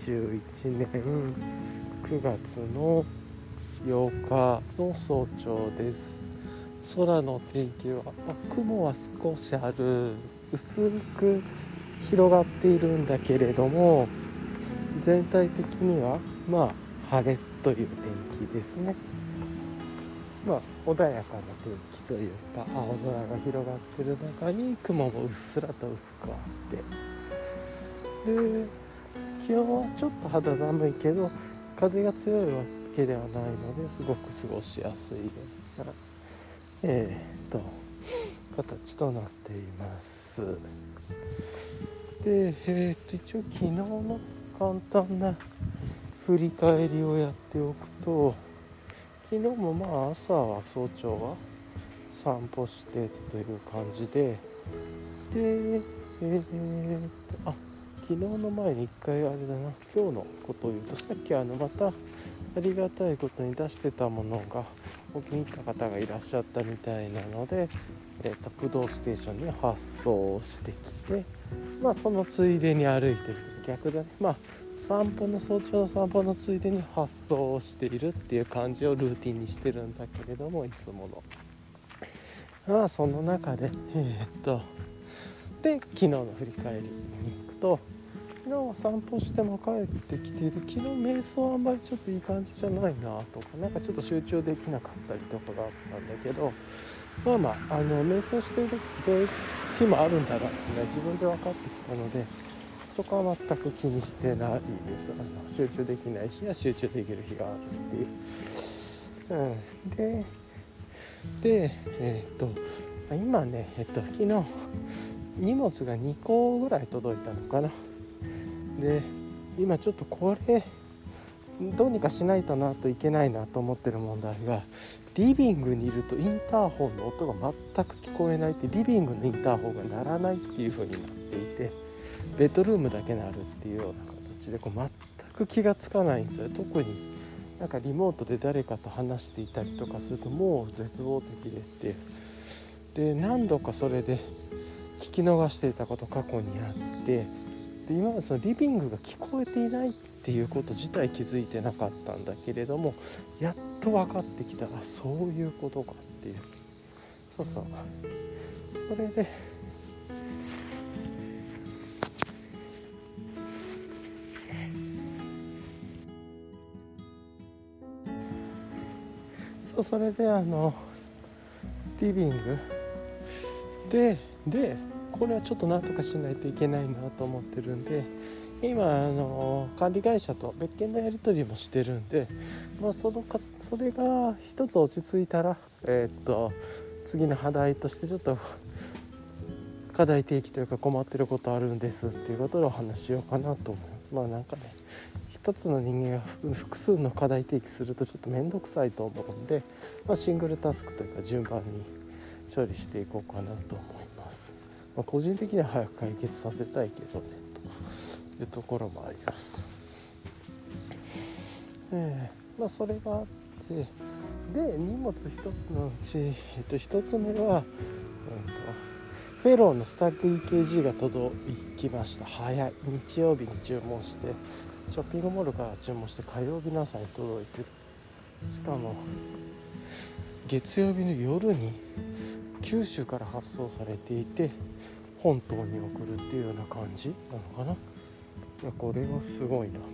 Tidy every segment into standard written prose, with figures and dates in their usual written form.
2021年9月の8日の早朝です。空の天気は、雲は少しある、薄く広がっているんだけれども、全体的には晴れという天気ですね。穏やかな天気というか、青空が広がっている中に雲もうっすらと薄くあって、で気温はちょっと肌寒いけど風が強いわけではないので、すごく過ごしやすいような形となっています。で、一応昨日の簡単な振り返りをやっておくと、昨日も朝は早朝は散歩してという感じで、昨日の前に一回今日のことを言うと、さっきまたありがたいことに出してたものがお気に入った方がいらっしゃったみたいなので、ブドウステーションに発送してきて、そのついでに歩いてる、逆だね、早朝の散歩のついでに発送をしているっていう感じをルーティンにしてるんだけれども、いつものその中でで昨日の振り返りに行くと、昨日は散歩しても帰ってきて、昨日瞑想あんまりちょっといい感じじゃないなとか、ちょっと集中できなかったりとかがあったんだけど、瞑想してる時そういう日もあるんだなって自分で分かってきたので、そこは全く気にしてないです。集中できない日や集中できる日があるっていう、で今ね昨日荷物が2個ぐらい届いたのかな。で今ちょっとこれどうにかしないとなといけないなと思ってる問題が、リビングにいるとインターホンの音が全く聞こえないって、リビングのインターホンが鳴らないっていう風になっていて、ベッドルームだけ鳴るっていうような形で全く気がつかないんですよ。特にリモートで誰かと話していたりとかするともう絶望的でっていう、で何度かそれで聞き逃していたこと過去にあって、で今までそのリビングが聞こえていないっていうこと自体気づいてなかったんだけれども、やっと分かってきた、そういうことかっていう、それでそれでリビングでこれはちょっとなんとかしないといけないなと思ってるんで、今管理会社と別件のやり取りもしてるんで、それが一つ落ち着いたら次の課題としてちょっと課題提起というか、困ってることあるんですっていうことでお話しようかなと思う。一つの人間が複数の課題提起するとちょっと面倒くさいと思うんで、シングルタスクというか順番に処理していこうかなと思います。個人的には早く解決させたいけどねというところもあります。それがあって、で荷物一つのうち、一つ目は、フェローのスタッグ EKG が届きました。早い。日曜日に注文して、ショッピングモールから注文して火曜日の朝に届いて、しかも月曜日の夜に九州から発送されていて本島に送るっていうような感じなのかな。これはすごいな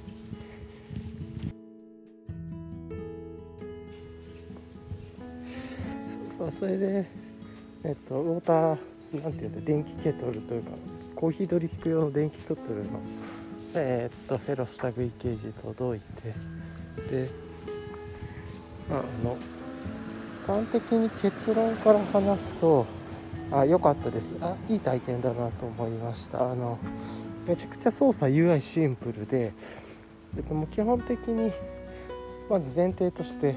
と。それでウォーター電気ケトルというか、コーヒードリップ用の電気ケトルのフェロスタグ EKG 届いて、で端的に結論から話すと良かったです。いい体験だなと思いました。めちゃくちゃ操作 UI シンプルで、もう基本的にまず前提として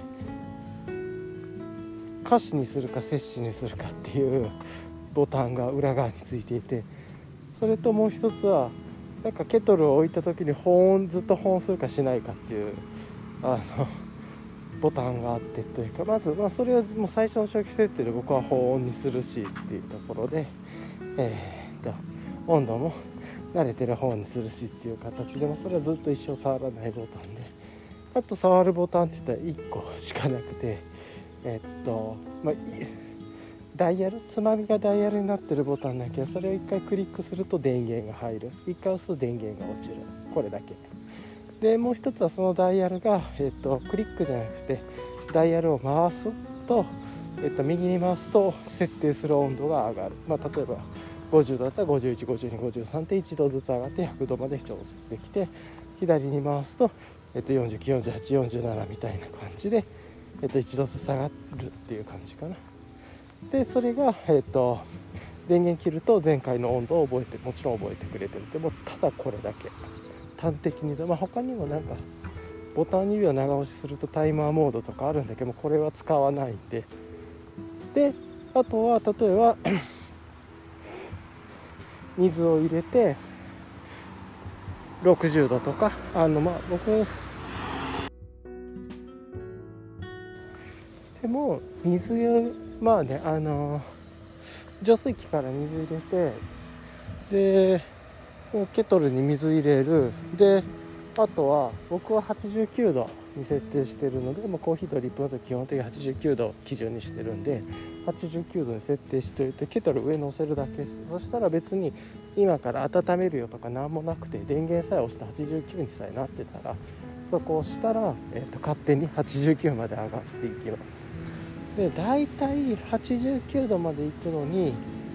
歌詞にするか摂氏にするかっていうボタンが裏側についていて、それともう一つはケトルを置いた時にずっと保温するかしないかっていうボタンがあってというか、まずそれはもう最初の初期設定で僕は保温にするしっていうところで、温度も慣れてる方にするしっていう形でも、それはずっと一生触らないボタンで、あと触るボタンって言ったら1個しかなくて、ダイヤル、つまみがダイヤルになってるボタンだけど、それを1回クリックすると電源が入る、1回押すと電源が落ちる、これだけで、もう一つはそのダイヤルが、クリックじゃなくてダイヤルを回すと、右に回すと設定する温度が上がる、例えば50度だったら51、52、53って1度ずつ上がって100度まで調節できて、左に回すと、49、48、47みたいな感じで、1度ずつ下がるっていう感じかな。でそれが、電源切ると前回の温度をもちろん覚えてくれてる。でもただこれだけ端的に、他にもなんかボタン2秒長押しするとタイマーモードとかあるんだけども、これは使わないんで。であとは例えば水を入れて60度とか、僕でも水浄水器から水入れて、でケトルに水入れる。であとは僕は89度に設定してるので、コーヒーとリップの時基本的に89度を基準にしてるんで、89度に設定しておいてケトル上に乗せるだけです。そしたら別に今から温めるよとか何もなくて、電源さえ押して89にさえなってたら、そこを押したら、勝手に89まで上がっていきます。でだいたい89度まで行くのに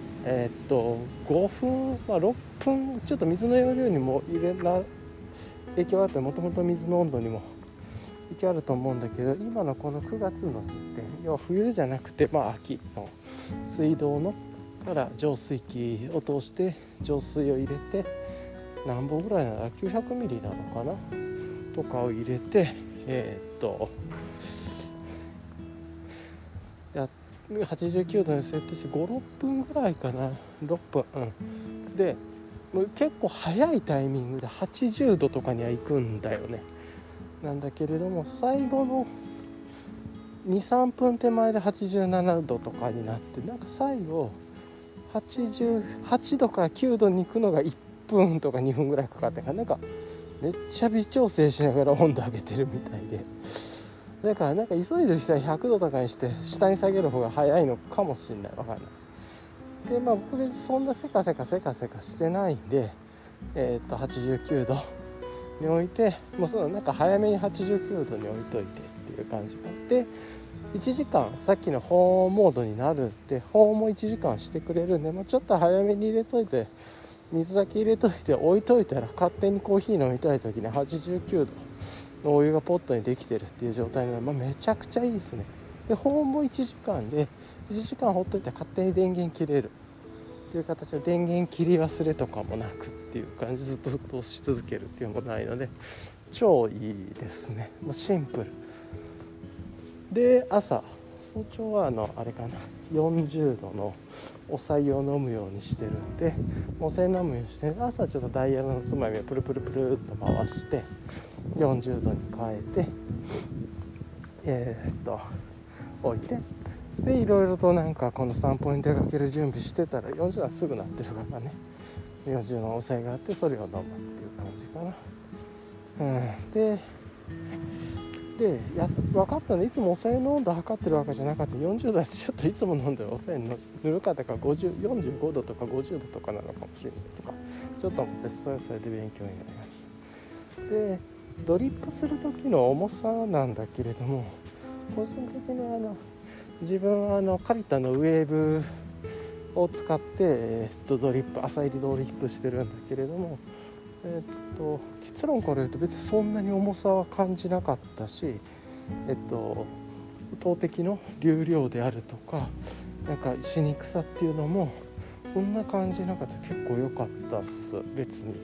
5分、6分ちょっと水の容量にも影響あって、もともと水の温度にも影響あると思うんだけど、今のこの9月の時点、要は冬じゃなくて、秋の水道のから浄水器を通して浄水を入れて、何本ぐらいなら900ミリなのかなとかを入れて、89度に設定して5、6分ぐらいかな、6分、でもう結構早いタイミングで80度とかには行くんだよね。なんだけれども、最後の 2,3 分手前で87度とかになって、なんか最後88度から9度に行くのが1分とか2分ぐらいかかってから、なんかめっちゃ微調整しながら温度上げてるみたいで、だからなんか急いでる人は100度とかにして下に下げる方が早いのかもしれない、わかんない。で僕別にそんなせかせかしてないんで、89度に置いて、もうそのなんか早めに89度に置いといてっていう感じがあって、1時間さっきの保温モードになるんで、保温も1時間してくれるんで、ちょっと早めに入れといて、水だけ入れといて置いといたら、勝手にコーヒー飲みたい時に89度のお湯がポットにできてるっていう状態なので、めちゃくちゃいいですね。で保温も1時間で、1時間ほっといて勝手に電源切れるっていう形で、電源切り忘れとかもなくっていう感じ、ずっと沸騰し続けるっていうのもないので超いいですね。シンプルで、早朝はあれかな、40度のお茶を飲むようにしてるんで、お茶飲むようにして、朝ちょっとダイヤルのつまみをプルプルプルっと回して40度に変えて、置いて、でいろいろとなんかこの散歩に出かける準備してたら、40度はすぐなってるからね、40度のお茶があって、それを飲むっていう感じかな。で分かったので、いつもお茶の温度測ってるわけじゃなかった。40度だとちょっといつも飲んでるお茶にぬるかったから45度とか50度とかなのかもしれないとかちょっと思って、それで勉強になりました。でドリップする時の重さなんだけれども、個人的に自分はカリタのウェーブを使って、ドリップ、朝入りドリップしてるんだけれども、結論から言うと別にそんなに重さは感じなかったし、投擲の流量であるとか、なんかしにくさっていうのもそんな感じなかった。結構良かったっす、別に。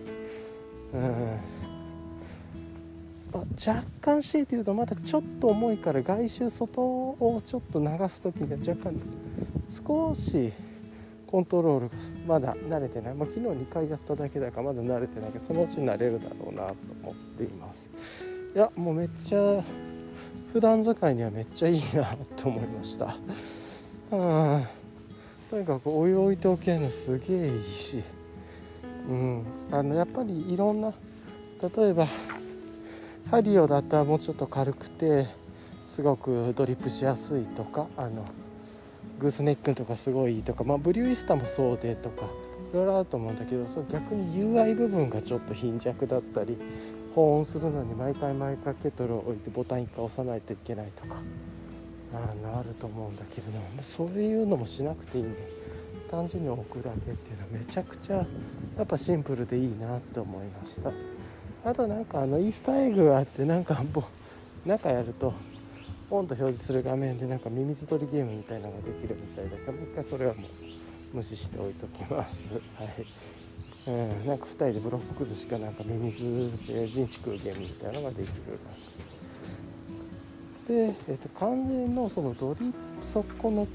若干強いて言うと、まだちょっと重いから外周外をちょっと流す時には若干少しコントロールがまだ慣れてない。昨日2回やっただけだからまだ慣れてないけど、そのうちに慣れるだろうなと思っています。いやもうめっちゃ普段使いにはめっちゃいいなと思いました。とにかくお湯置いておけるのすげえいいし、 やっぱりいろんな、例えばハリオだったらもうちょっと軽くてすごくドリップしやすいとか、グースネックとかすごいいいとか、ブリューイスタもそうでとかいろいろあると思うんだけど、その逆に UI 部分がちょっと貧弱だったり、保温するのに毎回ケトルを置いてボタン1回押さないといけないとかあると思うんだけれども、そういうのもしなくていいんで、単純に置くだけっていうのはめちゃくちゃやっぱシンプルでいいなって思いました。あとイースターエッグがあって、中やると温度表示する画面でミミズ取りゲームみたいなのができるみたいだから、もう一回それはもう無視しておいときます。はい。2人でブロック崩しかミミズで陣地食うゲームみたいなのができるらしい。で、肝心のそのドリップ、そこの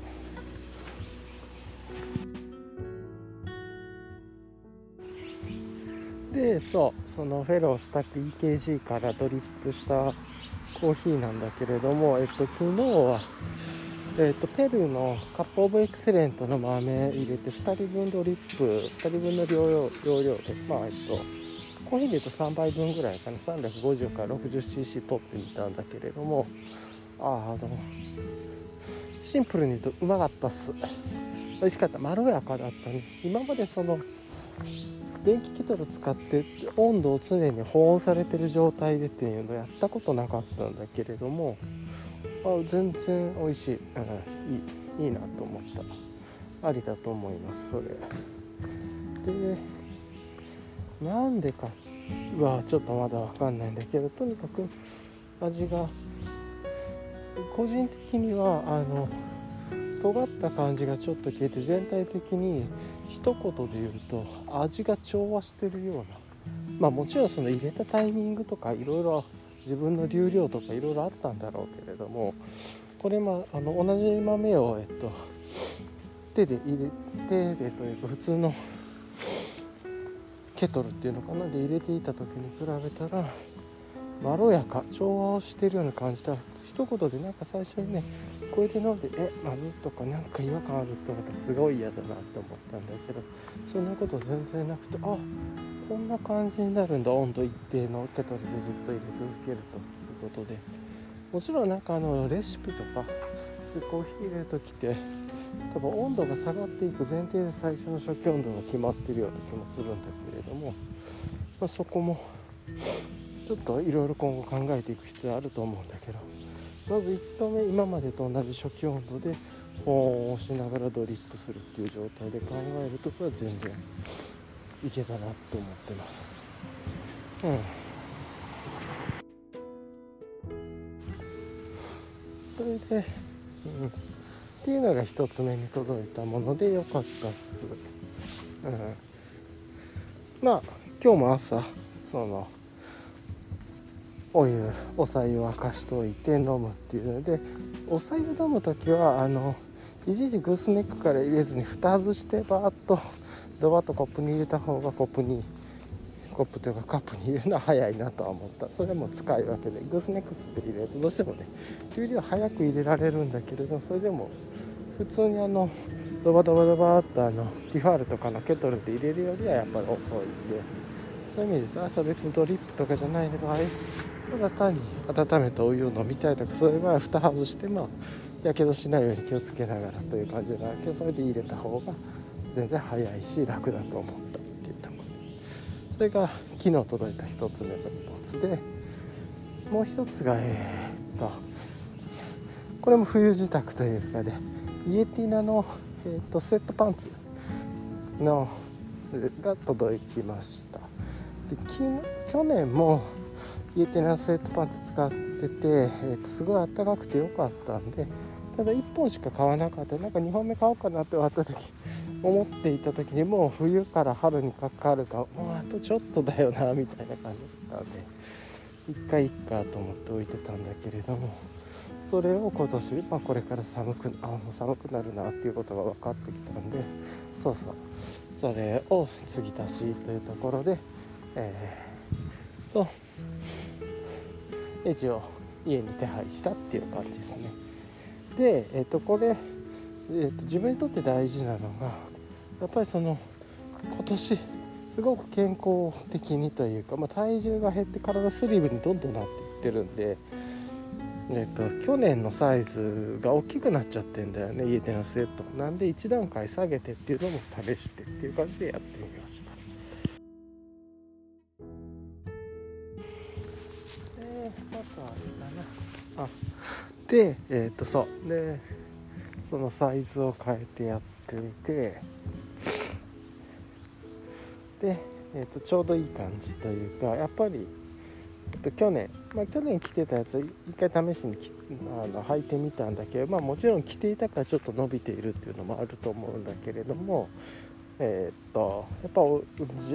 でそのフェロースタック EKG からドリップしたコーヒーなんだけれども、昨日は、ペルーのカップオブエクセレントの豆入れて2人分ドリップ、2人分の容量で、コーヒーでいうと3杯分ぐらいかな、350から 60cc 取ってみたんだけれども、シンプルに言うとうまかったっす。美味しかった。まろやかだったね。今までその電気ケトル使って温度を常に保温されてる状態でっていうのをやったことなかったんだけれども、全然美味しい、いいなと思った。ありだと思います。それでなんでかはちょっとまだ分かんないんだけど、とにかく味が個人的には尖った感じがちょっと消えて、全体的に一言で言うと味が調和してるような、もちろんその入れたタイミングとかいろいろ自分の流量とかいろいろあったんだろうけれども、これ同じ豆を手でというか普通のケトルっていうのかなで入れていた時に比べたらまろやか、調和をしているような感じだ。一言で最初にね、これで飲んでまずっとか違和感あるって思ったらすごい嫌だなって思ったんだけど、そんなこと全然なくて、こんな感じになるんだ、温度一定のケトルでずっと入れ続けるということで、もちろんレシピとかそういうコーヒー入れる時って多分温度が下がっていく前提で最初の初期温度が決まってるような気もするんだけれども、そこもちょっといろいろ今後考えていく必要あると思うんだけど、まず1投目今までと同じ初期温度で保温をしながらドリップするっていう状態で考えると、それは全然いけたなと思ってます。それで、っていうのが1つ目に届いたものでよかったっす。今日も朝お白湯を沸かしといて飲むっていうので、お白湯飲むときはいちいちグースネックから入れずに蓋外してバーッとドバッとコップに入れた方がコップというかカップに入れるのは早いなとは思った。それも使い分けで、グースネックスで入れるとどうしてもね流量早く入れられるんだけれど、それでも普通にドバーっとティファールとかのケトルで入れるよりはやっぱり遅いんで、そういう意味です。朝別にドリップとかじゃない場合、ただ単に温めたお湯を飲みたいとか、そういう場合は蓋外してやけどしないように気をつけながらという感じだけど、それで入れた方が全然早いし楽だと思ったっていうところ。それが昨日届いた1つ目の一つで、もう一つがこれも冬支度というかで、イエティナの、スウェットパンツのが届きました。で去年もイエティナスウェットパンツ使ってて、すごい暖かくて良かったんで、ただ1本しか買わなかった。2本目買おうかなって思っていた時に、もう冬から春にかかるかもうあとちょっとだよなみたいな感じだったんで、一回いっかと思って置いてたんだけれども、それを今年、これからもう寒くなるなっていうことが分かってきたんで、それを継ぎ足しというところで、一応家に手配したっていう感じですね。で、これ、自分にとって大事なのがやっぱり今年すごく健康的にというか、体重が減って体スリムにどんどんなっていってるんで、去年のサイズが大きくなっちゃってんだよね、家でのスウェットなんで1段階下げてっていうのも試してっていう感じでやってみました。まずあれだなでそうでそのサイズを変えてやってみて、で、ちょうどいい感じというか、やっぱり、去年着てたやつ一回試しに履いてみたんだけど、もちろん着ていたからちょっと伸びているっていうのもあると思うんだけれども、やっぱ大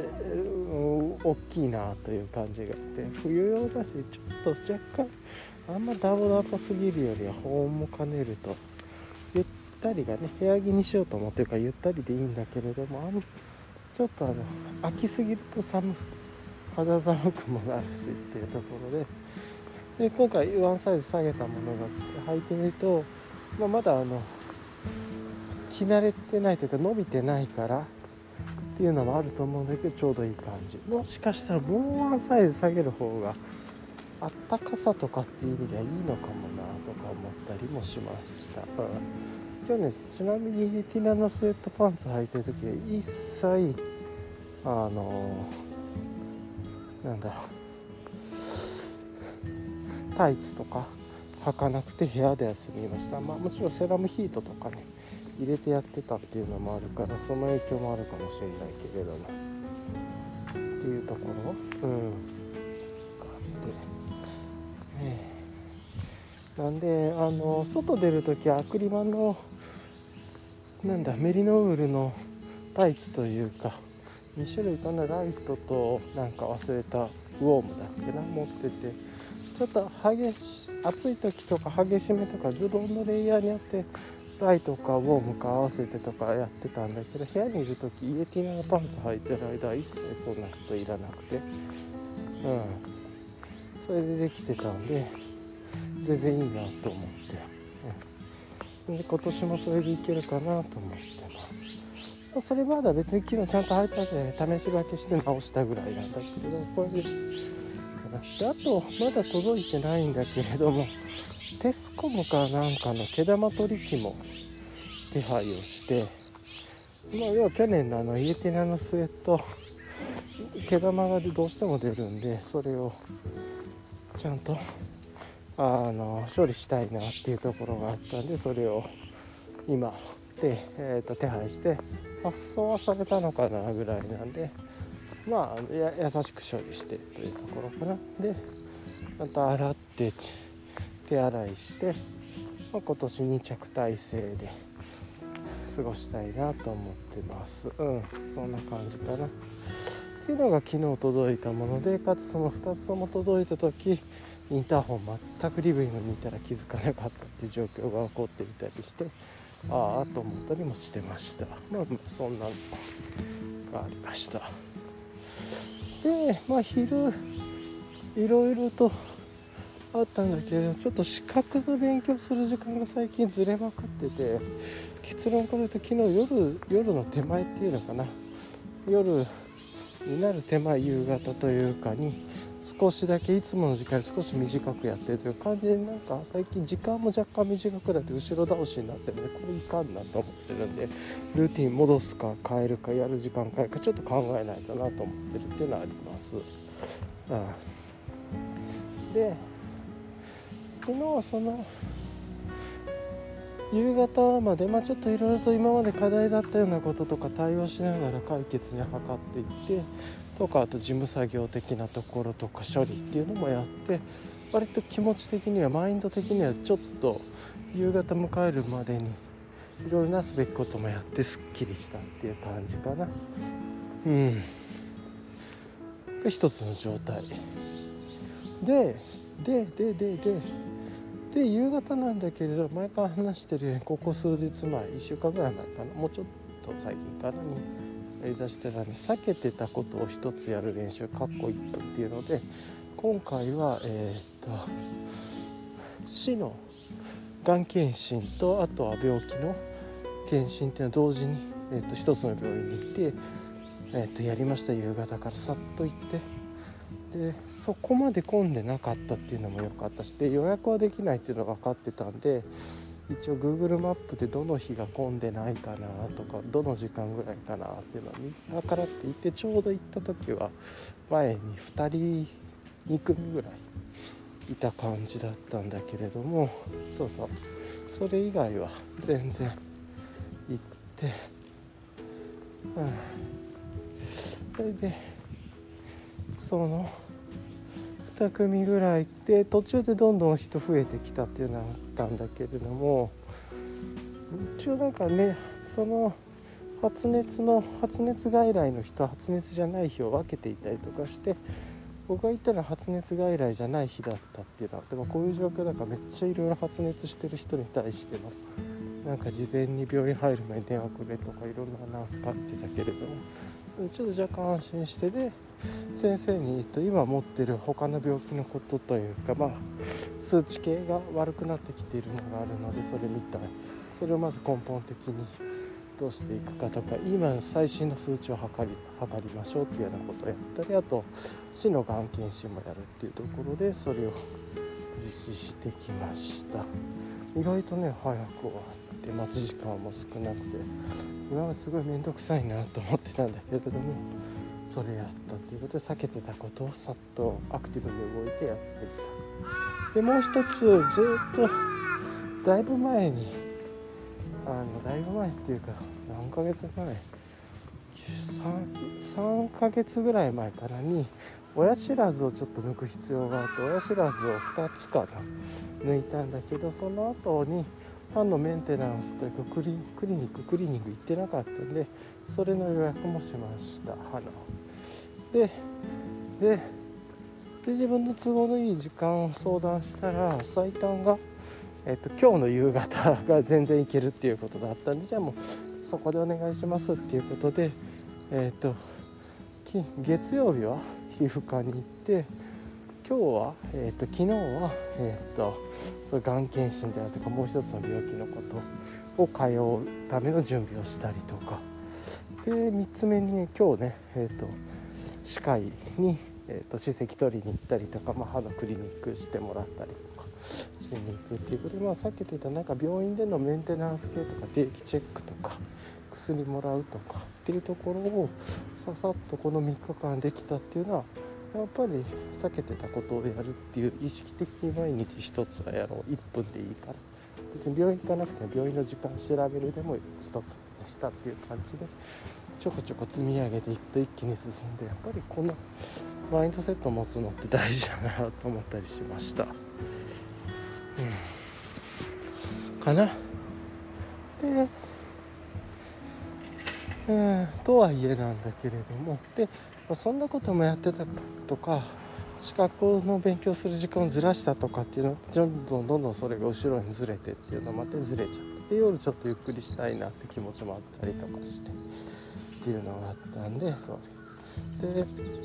きいなという感じがあって、冬用だしちょっと若干あんまダボダボすぎるよりは保温も兼ねるとゆったりがね、部屋着にしようと思ってるからゆったりでいいんだけれども、ちょっと飽きすぎると肌寒くもなるしっていうところで、今回ワンサイズ下げたものが履いてみると、まだ着慣れてないというか伸びてないからっていうのもあると思うんだけど、ちょうどいい感じ。もしかしたらもうワンサイズ下げる方があったかさとかっていう意味ではいいのかもなとか思ったりもしました。今日ね、ちなみにティナのスウェットパンツ履いてる時は一切タイツとか履かなくて部屋で休みました。もちろんセラムヒートとかね入れてやってたっていうのもあるから、その影響もあるかもしれないけれどもっていうところがあって、なんで外出るときはアクリマのメリノウールのタイツというか2種類かな、ライトとなんか忘れたウォームだっけな持ってて、ちょっと暑い時とか激しめとかズボンのレイヤーによってライトかウォームか合わせてとかやってたんだけど、部屋にいる時イエティナのパンツ履いてる間は一切そんなこといらなくて、それでできてたんで全然いいなと思って、で今年もそれでいけるかなと思ってます。それまだ別に昨日ちゃんと履いたんで、試し履きして直したぐらいなんだけど、これであとまだ届いてないんだけれども、テスコムかなんかの毛玉取り機も手配をして、要は去年のイエティナのスウェット毛玉がどうしても出るんで、それをちゃんと処理したいなっていうところがあったんで、それを今で、手配して発送はされたのかなぐらいなんで、優しく処理してというところかな。でまた洗って手洗いして、今年2着体制で過ごしたいなと思ってます。そんな感じかなっていうのが昨日届いたもので、かつその2つとも届いた時インターホン全くリビングにいたら気づかなかったっていう状況が起こっていたりして、と思ったりもしてました。そんなのがありました。で昼いろいろとあったんだけど、ちょっと資格の勉強する時間が最近ずれまくってて、結論から言うと昨日夜の手前っていうのかな、夜になる手前夕方というかに少しだけいつもの時間より少し短くやってるという感じで、なんか最近時間も若干短くなって後ろ倒しになってるんで、これいかんなと思ってるんで、ルーティン戻すか変えるかやる時間変えるかちょっと考えないとなと思ってるっていうのはあります。で昨日はその夕方まで、ちょっといろいろと今まで課題だったようなこととか対応しながら解決に図っていってとか、あと事務作業的なところとか処理っていうのもやって、割と気持ち的にはマインド的にはちょっと夕方迎えるまでにいろいろなすべきこともやってすっきりしたっていう感じかな。一つの状態で夕方なんだけれど、前から話してるようにここ数日前1週間ぐらい前かな、もうちょっと最近かなにやりだしたらね、避けてたことを一つやる練習1分っていうので、今回は市のがん検診とあとは病気の検診っていうのを同時に、一つの病院に行ってやりました。夕方からさっと行って、でそこまで混んでなかったっていうのも良かったし、で予約はできないっていうのが分かってたんで、一応 Google マップでどの日が混んでないかなとか、どの時間ぐらいかなっていうのを見計らっていて、ちょうど行った時は前に2人2組ぐらいいた感じだったんだけれども、そうそう、それ以外は全然行って、それでその2組ぐらいで途中でどんどん人増えてきたっていうのがあったんだけれども、一応なんかね、その発熱外来の人、発熱じゃない日を分けていたりとかして、僕が行ったら発熱外来じゃない日だったっていうのは、でもこういう状況だからめっちゃいろいろ発熱してる人に対してのなんか事前に病院入る前に電話くれとかいろんなアナウンス書いてたけれども、ちょっと若干安心して、で先生に今持ってる他の病気のことというか、数値系が悪くなってきているのがあるので、それみたい、それをまず根本的にどうしていくかとか、今最新の数値を測りましょうっていうようなことをやったり、あと市のがん検診もやるっていうところでそれを実施してきました。意外とね早く終わって待ち時間も少なくて、今はすごい面倒くさいなと思ってたんだけれども、それやったっていうことで避けてたことをさっとアクティブに動いてやってきた。でもう一つ、ずっとだいぶ前にだいぶ前っていうか何ヶ月前、3ヶ月ぐらい前からに親知らずをちょっと抜く必要があって、親知らずを2つかな抜いたんだけど、その後に歯のメンテナンスというかクリニック行ってなかったんで、それの予約もしました。歯ので自分の都合のいい時間を相談したら、最短が今日の夕方が全然行けるっていうことだったんで、じゃあもうそこでお願いしますっていうことで、月曜日は皮膚科に行って、今日は、昨日は、それがん検診であるとか、もう一つの病気のことを通うための準備をしたりとかで、3つ目に、今日ね、歯科医に、歯石取りに行ったりとか、歯のクリニックしてもらったりとかしに行くっていうことで、さっき言ってたなんか病院でのメンテナンス系とか定期チェックとか薬もらうとかっていうところをささっとこの3日間できたっていうのは、やっぱり避けてたことをやるっていう、意識的に毎日一つはやろう、1分でいいから、別に病院行かなくても病院の時間調べるでも一つにしたっていう感じで、ちょこちょこ積み上げていくと一気に進んで、やっぱりこのマインドセットを持つのって大事だなと思ったりしました。かな。で、とはいえなんだけれども、で、そんなこともやってたとか、資格の勉強する時間をずらしたとかっていうのは、どんどんそれが後ろにずれてっていうのまたずれちゃって、夜ちょっとゆっくりしたいなって気持ちもあったりとかしてっていうのがあったんで、そうで、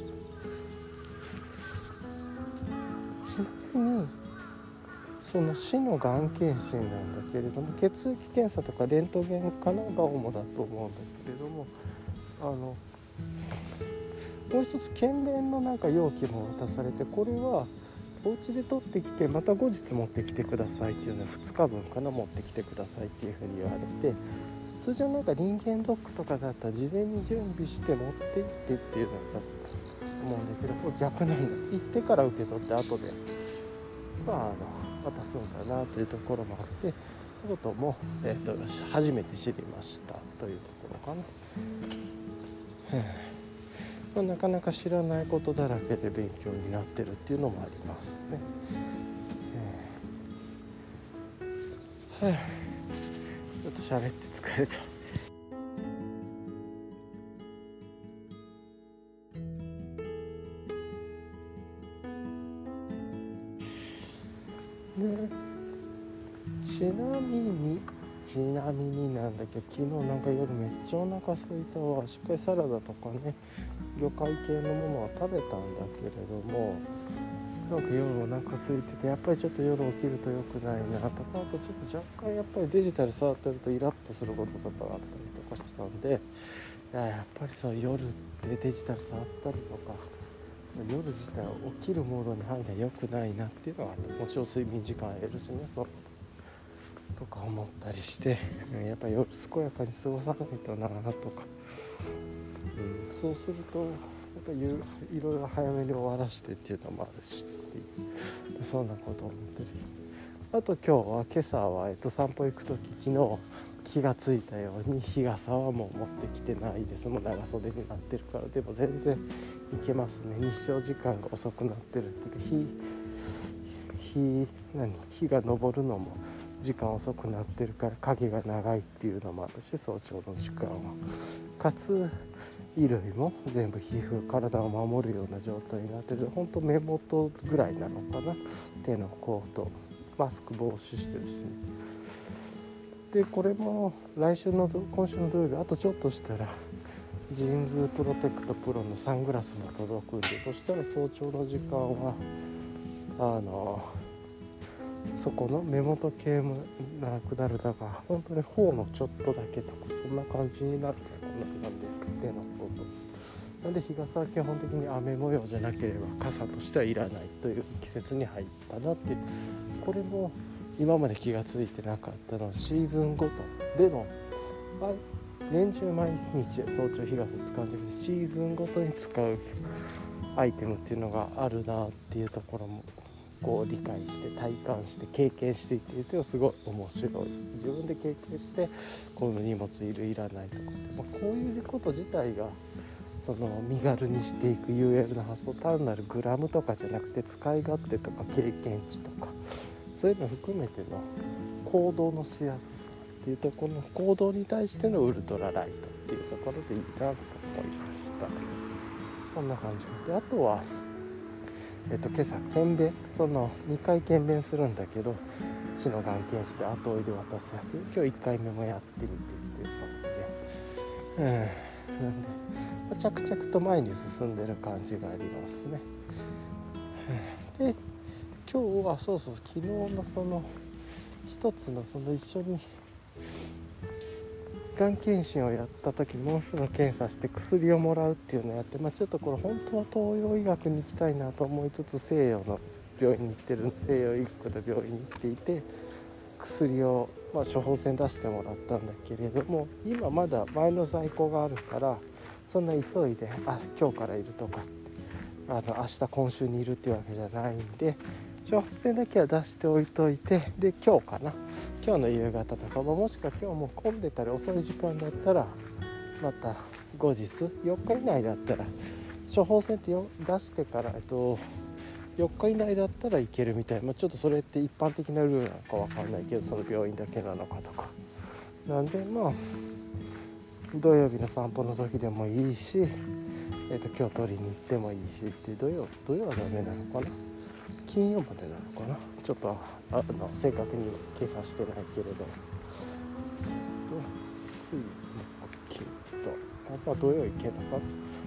ちなみにその市のがん検診なんだけれども、血液検査とかレントゲンかなが主だと思うんだけれども、もう一つ検便のなんか容器も渡されて、これはお家で取ってきてまた後日持ってきてくださいっていうのは2日分かな、持ってきてくださいっていうふうに言われて、通常なんか人間ドックとかだったら事前に準備して持って行ってっていうのはさ思うんだけど、これ逆なんだ、行ってから受け取って後で渡すんだなというところもあって、そういうことも、初めて知りましたというところかな。なかなか知らないことだらけで勉強になってるっていうのもありますね。ちょっと喋って疲れた。ちなみになんだけど、昨日なんか夜めっちゃお腹空いたわ。しっかりサラダとかね、魚介系のものは食べたんだけれども、なんか夜お腹空いてて、やっぱりちょっと夜起きると良くないなとか、あとちょっと若干やっぱりデジタル触ってるとイラッとすることとかがあったりとかしたんで、 やっぱりそう夜ってデジタル触ったりとか夜自体起きるモードに入るのは良くないなっていうのがあって、もちろん睡眠時間減るしね、そうとか思ったりして、やっぱり夜健やかに過ごさないとなとか、そうするとやっぱりいろいろ早めに終わらしてっていうのもあるしっていう、そんなことを思ってる。あと今朝は、散歩行くとき、昨日気がついたように日傘はもう持ってきてないです。もう長袖になってるから。でも全然いけますね。日照時間が遅くなってるっていうか、日が昇るのも時間遅くなってるから影が長いっていうのもあるし、早朝の時間はかつ衣類も全部皮膚体を守るような状態になってる。ほんと目元ぐらいなのかな、手の甲とマスク防止してるしね。でこれも今週の土曜日、あとちょっとしたらジーンズプロテクトプロのサングラスも届くんで、そしたら早朝の時間はそこの目元系もなくなる。だから本当に頬のちょっとだけとかそんな感じになるなんで手の方となんで日傘は基本的に雨模様じゃなければ傘としてはいらないという季節に入ったなっていう。これも今まで気がついてなかったのはシーズンごとでの年中毎日早朝日傘使うんじゃなくてシーズンごとに使うアイテムっていうのがあるなっていうところもこう理解して体感して経験していっていうのはすごい面白いです。自分で経験してこの荷物いるいらないとかって、こういうこと自体がその身軽にしていく UL の発想、単なるグラムとかじゃなくて使い勝手とか経験値とかそういうのを含めての行動のしやすさっていうところの行動に対してのウルトラライトっていうところでいいなと思いました。そんな感じで、あとは今朝検便、その2回検便するんだけど市のがん検診で後追いで渡すやつ、今日1回目もやってみてっていう感じで、なんで着々と前に進んでる感じがありますね。で今日は昨日のその一つのその一緒にがん検診をやった時にもう一つの検査して薬をもらうっていうのをやって、ちょっとこれ本当は東洋医学に行きたいなと思いつつ西洋の病院に行ってる西洋医学の病院に行っていて薬を、処方箋出してもらったんだけれども、今まだ前の在庫があるからそんな急いで今日からいるとか明日今週にいるっていうわけじゃないんで処方箋だけは出しておいといて、で今日の夕方とか、もしくは今日も混んでたり遅い時間だったらまた後日4日以内だったら処方箋って出してから4日以内だったらいけるみたいな、ちょっとそれって一般的なルールなのかわかんないけどその病院だけなのかとかなんで土曜日の散歩の時でもいいし、今日取りに行ってもいいしっていう土曜はダメなのかな、金曜までなのかな、ちょっと正確に計算してないけれど水木と土曜行けるのか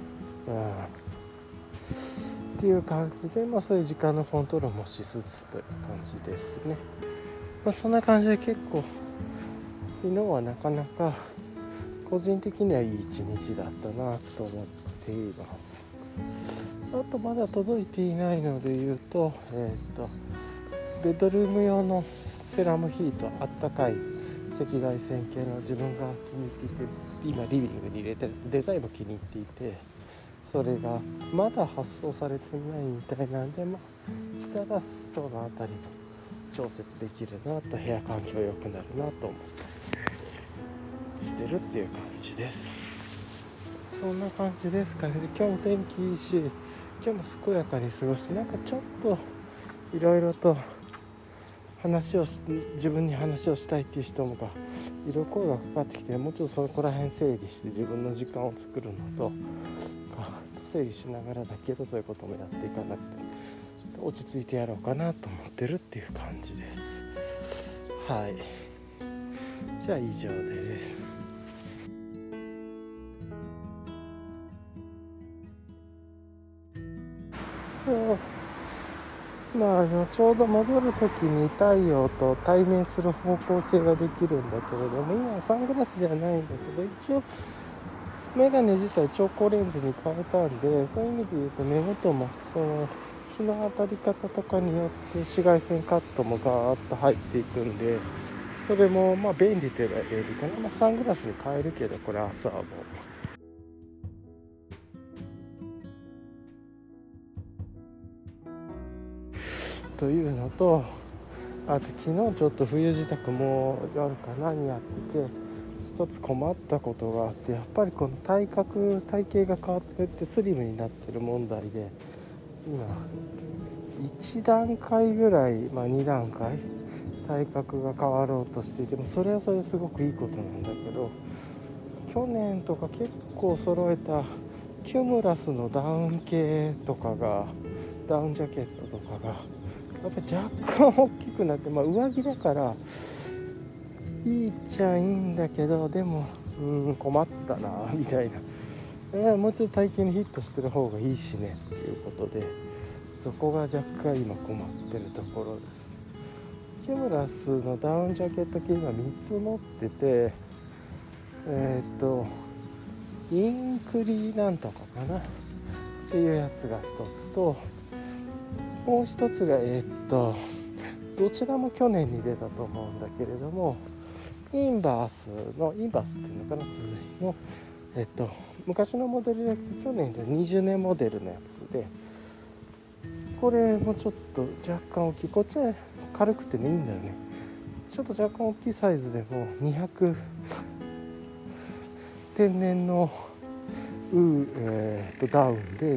っていう感じで、そういう時間のコントロールもしつつという感じですね。そんな感じで結構昨日はなかなか個人的にはいい一日だったなと思っています。あとまだ届いていないので言うと、ベッドルーム用のセラムヒート、あったかい赤外線系の自分が気に入っていて今リビングに入れてるデザインも気に入っていて、それがまだ発送されてないみたいなんで、来たらそのあたりも調節できるなと、部屋環境良くなるなと思ってしてるっていう感じです。そんな感じですかね。今日も天気いいし今日も健やかに過ごして、ちょっといろいろと自分に話をしたいっていう人もがいろいろ声がかかってきて、もうちょっとそこら辺整理して自分の時間を作るのと整理しながらだけどそういうこともやっていかなくて落ち着いてやろうかなと思ってるっていう感じです。はい、じゃあ以上です。ちょうど戻る時に太陽と対面する方向性ができるんだけれども、今はサングラスじゃないんだけど一応メガネ自体超光レンズに変えたんで、そういう意味で言うと目元もその日の当たり方とかによって紫外線カットもガーッと入っていくんで、それもまあ便利といえば便利かな。まあ、サングラスに変えるけど、これ朝はもうというのと、あと昨日ちょっと冬支度も夜か何やってて、一つ困ったことがあって、やっぱりこの体型が変わってってスリムになってる問題で、今1段階ぐらい、まあ、2段階体格が変わろうとしていても、それはそれですごくいいことなんだけど、去年とか結構揃えたキュムラスのダウン系とかが、ダウンジャケットとかがやっぱり若干大きくなって、まあ、上着だからいいっちゃいいんだけど、でも困ったなみたいな、もうちょっと体型にヒットしてる方がいいしねっていうことで、そこが若干今困ってるところです。キュムラスのダウンジャケット系今3つ持ってて、インクリなんとかかなっていうやつが一つと、もう一つがどちらも去年に出たと思うんだけれども、インバースっていうのかな、続いの昔のモデルだけど去年で20年モデルのやつで、これもちょっと若干大きい、こっちは軽くてねいいんだよね。ちょっと若干大きいサイズでも200天然のダウンで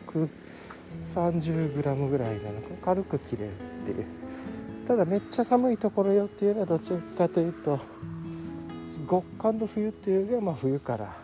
230g ぐらいなのか、軽く着れるっていう。ただめっちゃ寒いところよっていうのはどちらかというと極寒の冬っていうよりは、まあ冬から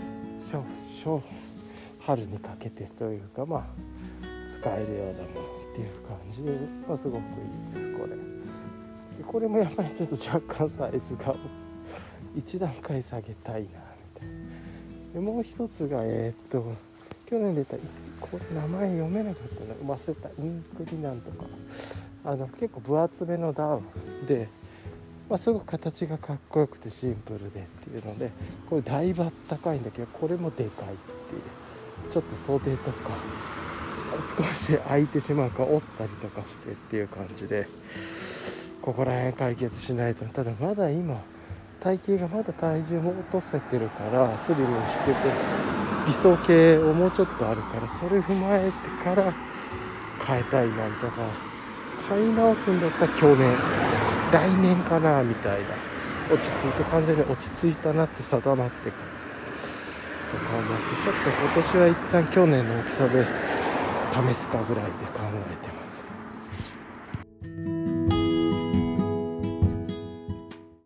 春にかけてというか、まあ使えるようなものっていう感じで、まあ、すごくいいです。これもやっぱりちょっと若干サイズが1段階下げたいなみたいな。でもう一つが去年出た、これ名前読めなかったな、忘れた、インクリなんとか、結構分厚めのダウンで、まあ、すごく形がかっこよくてシンプルでっていうので、これだいぶあったかいんだけど、これもでかいっていう、ちょっと袖とか少し開いてしまうから折ったりとかしてっていう感じで、ここら辺解決しないと。ただまだ今体型がまだ体重も落とせてるからスリムにしてて、理想系をもうちょっとあるから、それ踏まえてから変えたいなんとか、買い直すんだったら去年来年かなみたいな、落ち着いて完全に落ち着いたなって定まってからとか思って、ちょっと今年は一旦去年の大きさで試すかぐらいで考